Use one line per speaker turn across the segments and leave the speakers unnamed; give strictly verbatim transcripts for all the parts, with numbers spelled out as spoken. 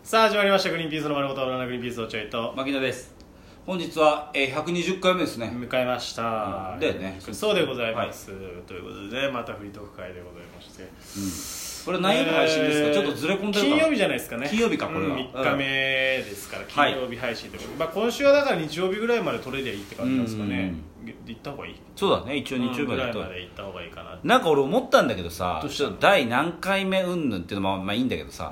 さあ始まりましたグリーンピースの丸ごとバナナグリーンピースおちょいと
牧野です。本日は、えー、ひゃくにじゅっかいめですね。
迎えました、
うん、だよね。
そうでございます、はい、ということで、ね、またフリートーク会でございまして、
うん、これ何曜日配信ですか、えー、ちょっとずれ込んでるか
金曜日じゃないですかね。
金曜日かこれは、
うん、みっかめですから、金曜日配信ということで、はい、まあ、今週はだから日曜日ぐらいまで撮れりゃいいって感じなんですかね。行った方がいい。
そうだね、一応日曜日
ぐらいまで行った方がいいかな。
なんか俺思ったんだけどさ、第何回目うんぬんっていうのもまあいいんだけどさ、うん、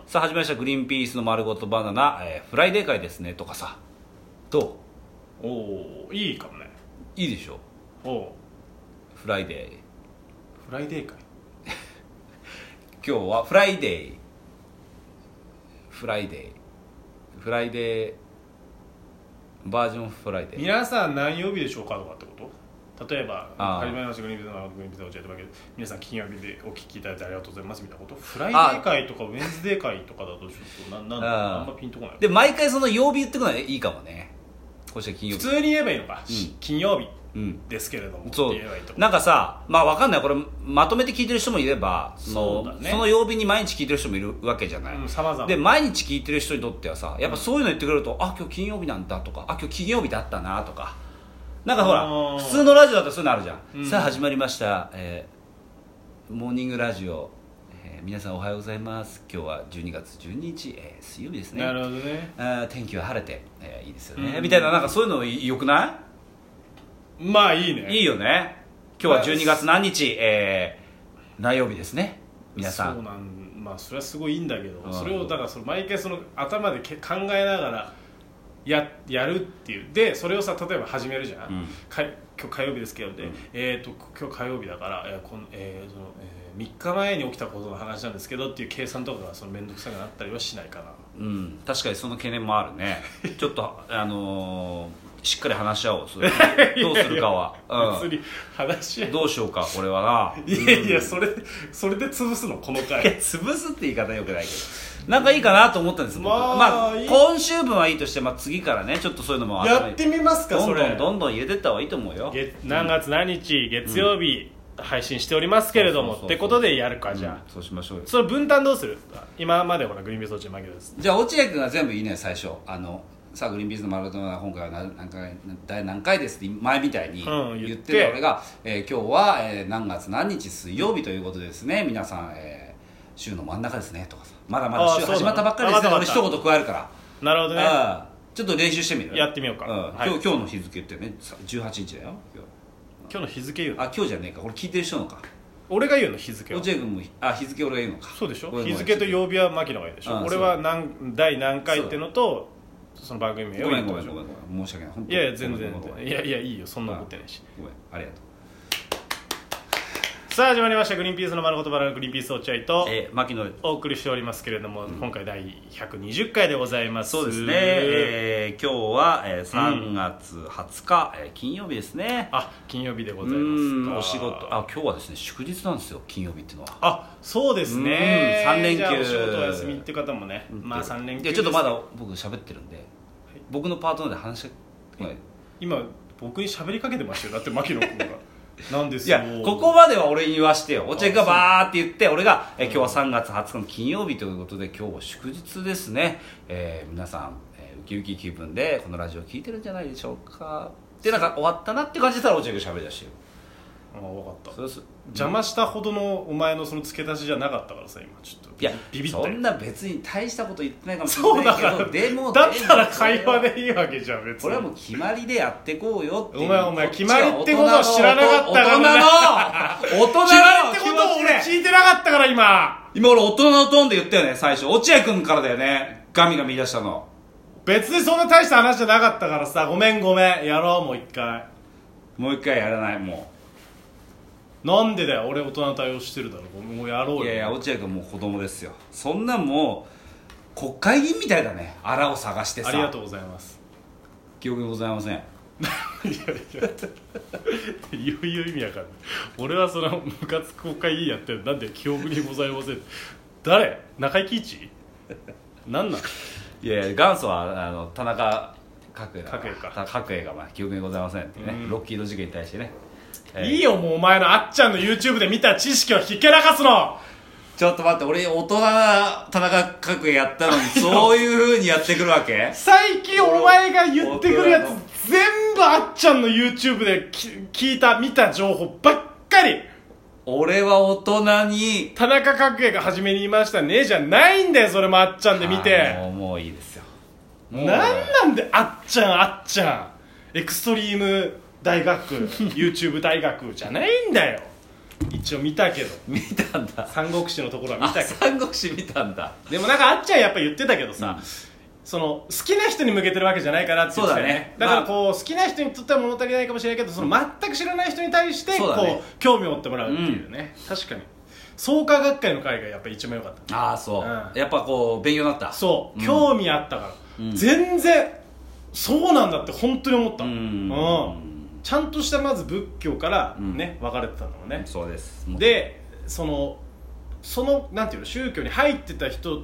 さあ始まりましたグリーンピースの丸ごとバナナ、えー、フライデー会ですねとかさ、ど
う？おお、いいかもね。
いいでしょ。
お
フライデー
フライデー会
今日はフライデーフライデーフライデーバージョンフライデー。
皆さん何曜日でしょうかとかってこと？例えば始まりましたグリーンピースのグリーンピースを教えてもらうけど、皆さん金曜日でお聞きいただいてありがとうございますみたいなこと。フライデー会とかウェンズデー会とかだとちょっとななんだあんまピンとこない。
で毎回その曜日言ってくのはいいかもね。こうして金曜日
普通に言えばいいのか、うん、金曜日ですけれども、うん、そう
なんかさ、まあわかんない、これまとめて聞いてる人もいればその、そうだね、その曜日に毎日聞いてる人もいるわけじゃない、うん、様々で毎日聞いてる人にとってはさ、やっぱそういうの言ってくれると、うん、あ今日金曜日なんだとか、あ今日金曜日だったなとか、なんかほら普通のラジオだとそういうのあるじゃん、うん、さあ始まりました、えー、モーニングラジオ、えー、皆さんおはようございます。今日はじゅうにがつじゅうににち、えー、水曜日ですね。
なるほどね。
あ天気は晴れて、えー、いいですよね、うん、みたいな、なんかそういうのよくない？
まあいいね。
いいよね。今日はじゅうにがつ何日、えー、何曜日ですね皆さん。
そうなん、まあそれはすごいいいんだけど、うん、それをだからその毎回その頭でけ考えながらや, やるっていうで、それをさ例えば始めるじゃん、うん、か今日火曜日ですけど、ね、うん、えー、と今日火曜日だから、えーこのえーそのえー、みっかまえに起きたことの話なんですけどっていう計算とかがその面倒くさくなったりはしないかな。
うん、確かにその懸念もあるねちょっとあのーしっかり話し合おう。それどうするかは
別に話し合う、
うん、どうしようかこれはな。
いやいや、それそれで潰すのこの回。
いや潰すって言い方よくないけど、なんかいいかなと思ったんです。まあ、まあ、今週分はいいとして、まあ、次からねちょっとそういうのも
やってみますか。
どんどんどんどん入れてった方がいいと思うよ。
月何月何日月曜日、うん、配信しておりますけれどもってことでやるか。じゃあ、
うん、そうしましょうよ。
それ分担どうする？今までほらグリーンピース落ちマギです。
じゃあ落合君が全部いいね。最初あのさあグリーンピースの丸ごとは今回は何回第何回ですって前みたいに言ってる俺が、うん、えー、今日は、えー、何月何日水曜日ということでですね、皆さん、えー、週の真ん中ですねとかさ、まだまだ週始まったばっかりですね。俺一言加えるから。
なるほどね。
ちょっと練習してみる。
やってみようか、うん、
はい、今日今日の日付ってねじゅうはちにちだよ。今日
今日の日付言うの？
あ今日じゃねえか、これ聞いてる人のか。
俺が言うの日付は。
落合君もあ日付俺が言うのか。
そうでしょ。日付と曜日は牧野が言うでしょ。俺は何第何回ってのとその番組名を言う。
ごめんごめんごめんごめん申し訳ない。本当
いやいや全然いやいやいいよ、そんなことってないし。
ごめんありがとう。
さあ始まりましたグリーンピースの丸ごとバナナグリーンピース落合と、
えー、牧野
お送りしておりますけれども、うん、今回第ひゃくにじゅっかいでございます。
そうですね、えー、今日は、えー、さんがつはつか、うん、えー、金曜日ですね。
あ金曜日でございますか。
お仕事あ今日はですね祝日なんですよ、金曜日っていうのは。
あそうですね、
さんれんきゅう。
じゃあお仕事お休みっていう方もね、うん、まあさんれんきゅうです。
いやちょっとまだ僕喋ってるんで、はい、僕のパートナーで話し合い
今僕に喋りかけてましたよ。だって牧野君がなんですよ。
いやここまでは俺に言わしてよ。落合がバーって言って俺が、え今日はさんがつはつかの金曜日ということで今日は祝日ですね、えー、皆さん、えー、ウキウキ気分でこのラジオ聞いてるんじゃないでしょうか。でなんか終わったなって感じたら落合が喋りだしてよ。
あ分かった。そうです。邪魔したほどのお前のその付け足しじゃなかったからさ今ちょっと
いやビビったよ。そんな別に大したこと言ってないかもしれないけど、
そうだ
でも
だったら会話でいいわけじゃん別に。
これはもう決まりでやってこうよっていう。
お前お前決まりってことを知らなかったからね。
大人の大人の
決まりってことを俺聞いてなかったから今
今俺大人のトーンで言ったよね最初。落合君からだよねガミが見出したの。
別にそんな大した話じゃなかったからさ。ごめんごめんやろうもう一回。
もう一回やらない。もう
なんでだよ。俺大人の対応してるだろ。もうやろうよ。
いやいや落合君もう子供ですよ。そんなんもう国会議員みたいだね。あらを探してさ。
ありがとうございます。
記憶ございません。いや
いやいよいよ意味わかんない。俺はそのムカつく国会議員やってる。なんで記憶にございません。誰？中井貴一？なんなん？
いやいや元祖はあの田中角栄
角栄か
角栄が、まあ、記憶にございませんってね、うん、ロッキード事件に対してね。
いいよもうお前のあっちゃんの YouTube で見た知識をひけらかすの。
ちょっと待って、俺大人な田中角栄やったのにそういう風にやってくるわけ？
最近お前が言ってくるやつ全部あっちゃんの YouTube で聞いた見た情報ばっかり。
俺は大人に
田中角栄が初めに言いましたねじゃないんだよ。それもあっちゃんで見て。
もうもういいですよ。
なんなんであっちゃんあっちゃんエクストリーム大学YouTube 大学じゃないんだよ。一応見たけど。
見たんだ。
三国志のところは見たけど。
三国志見たんだ。
でもなんかあっちゃんやっぱ言ってたけどさ、うん、その好きな人に向けてるわけじゃないかなって言ってたよね。そうだね。だからこう、まあ、好きな人にとっては物足りないかもしれないけど、その全く知らない人に対してこう、ね、興味を持ってもらうっていうね、うん、確かに創価学会の会がやっぱ一番良かった。
ああそう、うん、やっぱこう勉強になった。
そう、うん、興味あったから、うん、全然そうなんだって本当に思った。うん、うんちゃんとしたまず仏教からね、うん、分かれてたのもね。
そうです。
でそのそのなんていうの宗教に入ってた人、うん、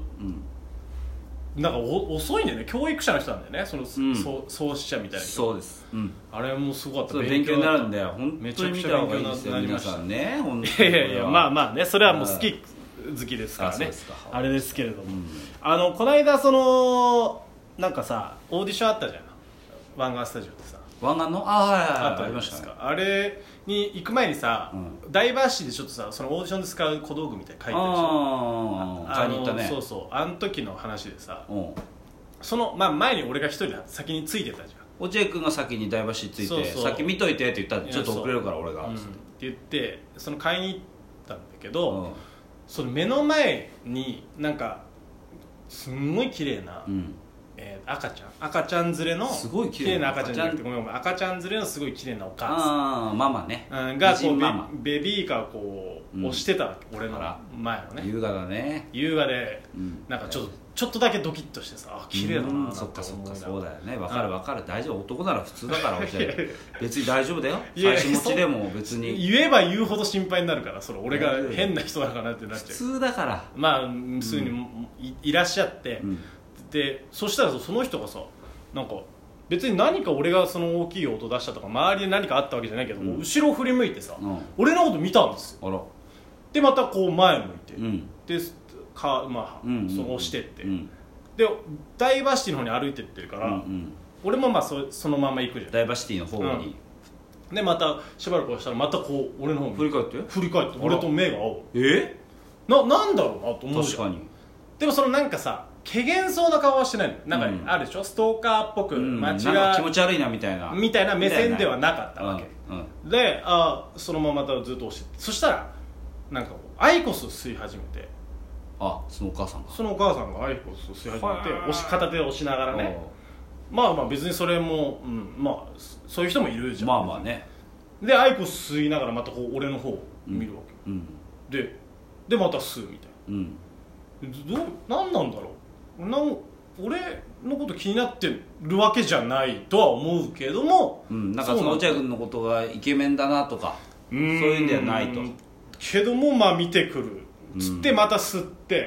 なんかお遅いんだよね。教育者の人なんだよね。その、うん、そう創始者みたいな人。
そうです、うん、
あれもすごかった。
勉強になるんだよ。本当に見た方がいいですよ皆さんね。本当
にいやいやいやまあまあねそれはもう好き好きですからね。 あ, あれですけれども、うん、あのこの間そのなんかさオーディションあったじゃん湾岸スタジオでさ。
湾岸のあはいはいはい
あったありましたか。あれに行く前にさ、うん、ダイバーシティでちょっとさそのオーディションで使う小道具みたいに書いてるでしょ。
買いに行ったね。
そうそうあの時の話でさ、うん、その、まあ、前に俺が一人で先についてたじゃん。
落合君が先にダイバーシティついてそうそう先見といてって言ったらちょっと遅れるから俺が、うん、って
言ってその買いに行ったんだけど、うん、その目の前になんかすんごい綺麗な、うんえー、赤ちゃん赤ちゃん連れの
すごい
綺麗な赤ちゃんじゃなくてごめんごめん赤ちゃん連れのすごい綺麗なお母さん
あママね、
うん、がこうママベビーカーこう、うん、押してたわけ俺の前のね
優雅だね
優雅で、うん、なんかちょっとちょっとだけドキッとしてさあ綺麗だなーなんて思いながら、うん、そっかそっか
そうだよね分かる分かる大丈夫男なら普通だから別に大丈夫だよ最初持ちでも別に
言えば言うほど心配になるからそれ俺が変な人だからってなっちゃう
普通だから
まあ普通に い,、いらっしゃって、うんでそしたらその人がさなんか別に何か俺がその大きい音出したとか周りで何かあったわけじゃないけど、うん、後ろ振り向いてさ、うん、俺のこと見たんですよ。あらでまたこう前向いて、うん、でかまあ、うんうん、その押してって、うん、でダイバーシティの方に歩いてってるから、うんうん、俺もまあ そ, そのまま行くじゃん
ダイバーシティの方に、
うん、でまたしばらくしたらまたこう俺の方に
振り返って
振り返って俺と目が合う。
え
ななんだろうなと思うじゃん。
確かに
でもそのなんかさ怪げそうな顔はしてないのなんかあるでしょ、うん、ストーカーっぽく、うん、
街が気持ち悪いなみたいな
みたいな目線ではなかったわけ、うんうん、であそのままずっと押してそしたらなんかアイコスを吸い始めて
あそのお母さんが
そのお母さんがアイコスを吸い始めて押し片手で押しながらねまあまあ別にそれも、うん、まあそういう人もいるじゃん
まあまあね
でアイコス吸いながらまたこう俺の方を見るわけ、うん、ででまた吸うみたいな、うんどう何なんだろうなん俺のこと気になってるわけじゃないとは思うけども、
うん、なんかその落合君のことがイケメンだなとかそういうんではないと
けどもまあ見てくるつってまた吸って、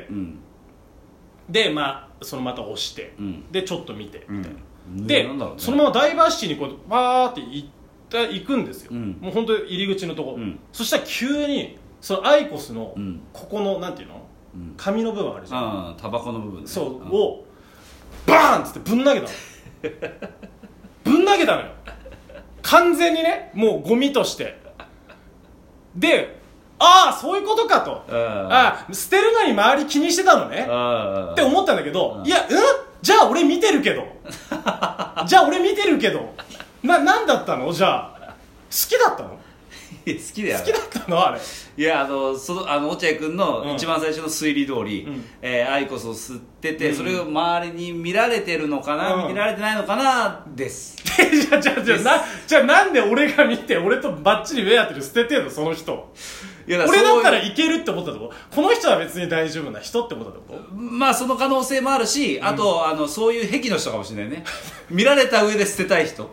うん、でまあそのまた押して、うん、でちょっと見てみたいな、うん、で、ね、そのままダイバーシティにこうパーって行った行くんですよ、うん、もう本当に入り口のところ、うん、そしたら急にそのアイコスのここのなんていうの紙の部分あるじゃん、
うん、タバコの部分ね
そう、うん、をバーンっつってぶん投げたのぶん投げたのよ完全にねもうゴミとしてでああそういうことかとああ捨てるのに周り気にしてたのねって思ったんだけどいやうんじゃあ俺見てるけどじゃあ俺見てるけどな何だったのじゃあ好きだったの
好きだよ
好きだったのあれ
いやあのそのあの落合君の一番最初の推理通り、うんえー、アイコスを吸ってて、うん、それを周りに見られてるのかな、うん、見られてないのかなです
じゃあじゃあじゃあなじゃあなんで俺が見て俺とバッチリ目当てで捨ててんのその人いやだ俺だったらいけるって思ったとここの人は別に大丈夫な人って思ったとこ
まあその可能性もあるしあと、うん、あのそういう癖の人かもしれないね見られた上で捨てたい人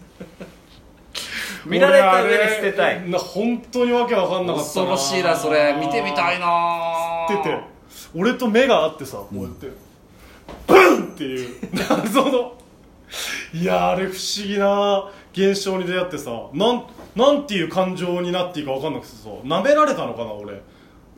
見られた上で捨てたい
な本当にわけわかんなかったな
恐ろしいなそれ見てみたいな
捨てて俺と目が合ってさこうやって、うん、ブンっていう謎のいやあれ不思議な現象に出会ってさなんなんていう感情になっていいかわかんなくてさ舐められたのかな俺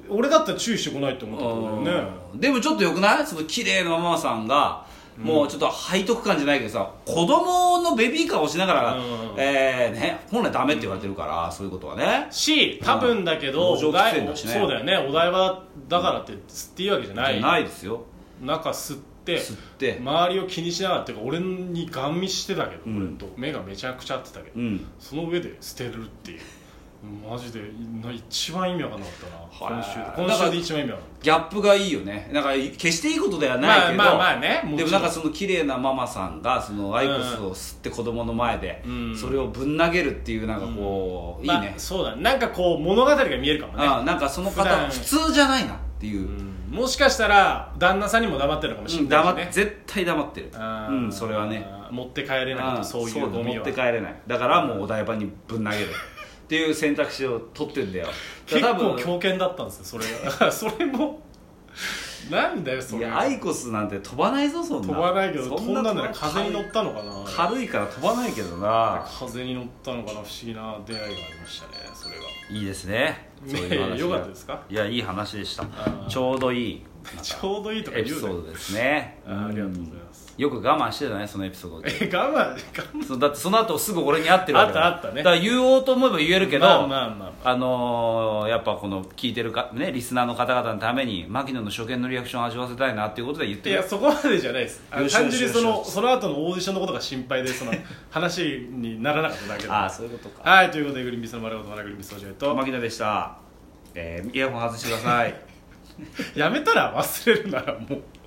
俺だったら注意してこないって思ったんだよね。
でもちょっとよくない？その綺麗なママさんがもうちょっと背徳感じゃないけどさ、子供のベビーカーをしながら、うん、えーね、本来ダメって言われてるから、うん、そういうことはね。
し、多分だけど、お台場、そうだよね、お台場だからって吸っていいわけじゃない。
じゃないですよ。
中吸って、
吸って
周りを気にしながらっていうか、俺にガン見してたけど、うん、俺と目がめちゃくちゃ合ってたけど、うん、その上で捨てるっていう。マジで一番意味わかんなかったな、今週今週で一番意味わかんない。
ギャップがいいよね。なんか決していいことではないけど、
まあまあまあね、
でもなんかその綺麗なママさんがそのアイコスを吸って子供の前でそれをぶん投げるっていう、なんかこう、うん、いいね、
まあ、そうだね、なんかこう物語が見えるかもね。
ああ、なんかその方普通じゃないなっていう、うん、
もしかしたら旦那さんにも黙ってるかもしれないし、ね、
うん、絶対黙ってる。うん、それはね、
持って帰れないと、そういうゴミは
持って帰れない。だからもうお台場にぶん投げるっていう選択肢を取ってんだよ。
結構強肩だったんですよ、それが。それもなんだよそれ。
いや、アイコスなんて飛ばないぞ、そんな。
飛ばないけど、飛んだんだね。風に乗ったのかな。
軽いから飛ばないけどな。
風に乗ったのかな。不思議な出会いがありましたね、それが。
いいですね。そういう話が
よかったですか？
いや、いい話でした。ちょうどいい
ちょうどいいとか言うね、
エピソードですね。
あ, ありがとうございます。
よく我慢してたね、そのエピソードで。
え、我慢我
慢そうだってその後すぐ俺に会ってるわけだ。
あったあったね。
だから言おうと思えば言えるけど、
まあまあまあ、ま
あ、あのー、やっぱこの聞いてるか、ね、リスナーの方々のために牧野の初見のリアクションを味わわせたいなっていうことで言ってる。
いや、そこまでじゃないです。あの単純にそのその後のオーディションのことが心配で、その話にならなかっただけで。
ああ、そういうことか。
はい、ということでグリーンピースの丸ごと丸グリーンピースのジョイと
牧野でした。えー、イヤホン外してください。
やめたら忘れるならもう